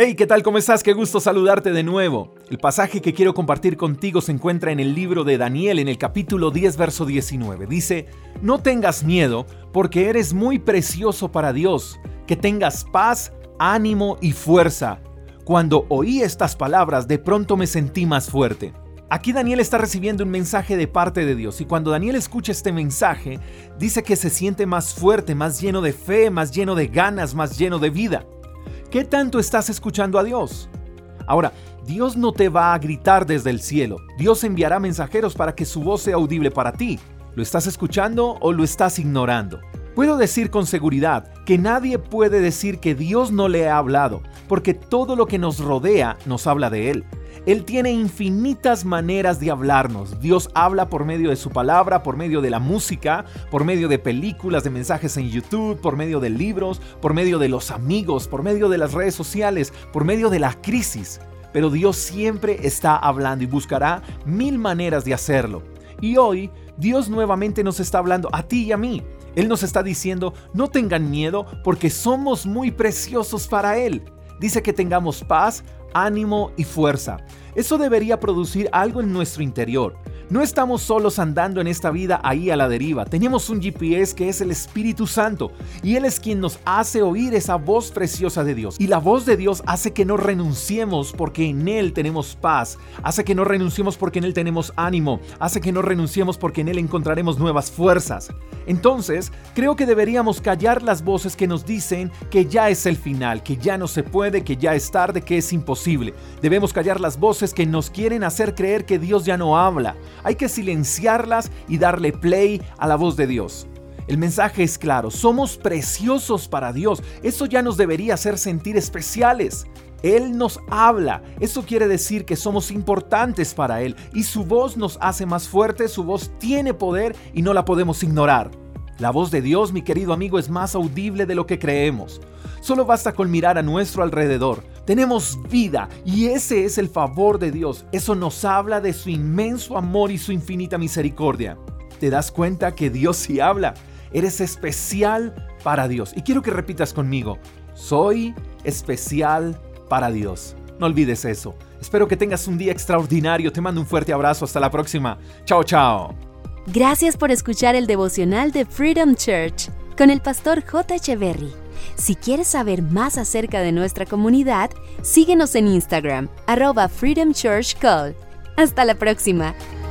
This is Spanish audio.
Hey, ¿qué tal? ¿Cómo estás? Qué gusto saludarte de nuevo. El pasaje que quiero compartir contigo se encuentra en el libro de Daniel, en el capítulo 10, verso 19. Dice, no tengas miedo, porque eres muy precioso para Dios. Que tengas paz, ánimo y fuerza. Cuando oí estas palabras, de pronto me sentí más fuerte. Aquí Daniel está recibiendo un mensaje de parte de Dios, y cuando Daniel escucha este mensaje, dice que se siente más fuerte, más lleno de fe, más lleno de ganas, más lleno de vida. ¿Qué tanto estás escuchando a Dios? Ahora, Dios no te va a gritar desde el cielo. Dios enviará mensajeros para que su voz sea audible para ti. ¿Lo estás escuchando o lo estás ignorando? Puedo decir con seguridad que nadie puede decir que Dios no le ha hablado, porque todo lo que nos rodea nos habla de Él. Él tiene infinitas maneras de hablarnos. Dios habla por medio de su palabra, por medio de la música, por medio de películas, de mensajes en YouTube, por medio de libros, por medio de los amigos, por medio de las redes sociales, por medio de la crisis. Pero Dios siempre está hablando y buscará 1000 maneras de hacerlo. Y hoy, Dios nuevamente nos está hablando a ti y a mí. Él nos está diciendo, no tengan miedo porque somos muy preciosos para Él. Dice que tengamos paz, ánimo y fuerza. Eso debería producir algo en nuestro interior. No estamos solos andando en esta vida ahí a la deriva. Tenemos un GPS que es el Espíritu Santo y Él es quien nos hace oír esa voz preciosa de Dios. Y la voz de Dios hace que no renunciemos porque en Él tenemos paz. Hace que no renunciemos porque en Él tenemos ánimo. Hace que no renunciemos porque en Él encontraremos nuevas fuerzas. Entonces, creo que deberíamos callar las voces que nos dicen que ya es el final, que ya no se puede, que ya es tarde, que es imposible. Debemos callar las voces que nos quieren hacer creer que Dios ya no habla. Hay que silenciarlas y darle play a la voz de Dios. El mensaje es claro, somos preciosos para Dios. Eso ya nos debería hacer sentir especiales. Él nos habla. Eso quiere decir que somos importantes para Él y su voz nos hace más fuertes, su voz tiene poder y no la podemos ignorar. La voz de Dios, mi querido amigo, es más audible de lo que creemos. Solo basta con mirar a nuestro alrededor. Tenemos vida y ese es el favor de Dios. Eso nos habla de su inmenso amor y su infinita misericordia. ¿Te das cuenta que Dios sí habla? Eres especial para Dios. Y quiero que repitas conmigo, soy especial para Dios. No olvides eso. Espero que tengas un día extraordinario. Te mando un fuerte abrazo. Hasta la próxima. Chao, chao. Gracias por escuchar el devocional de Freedom Church con el pastor J. Echeverry. Si quieres saber más acerca de nuestra comunidad, síguenos en Instagram, @Freedom Church Call. Hasta la próxima.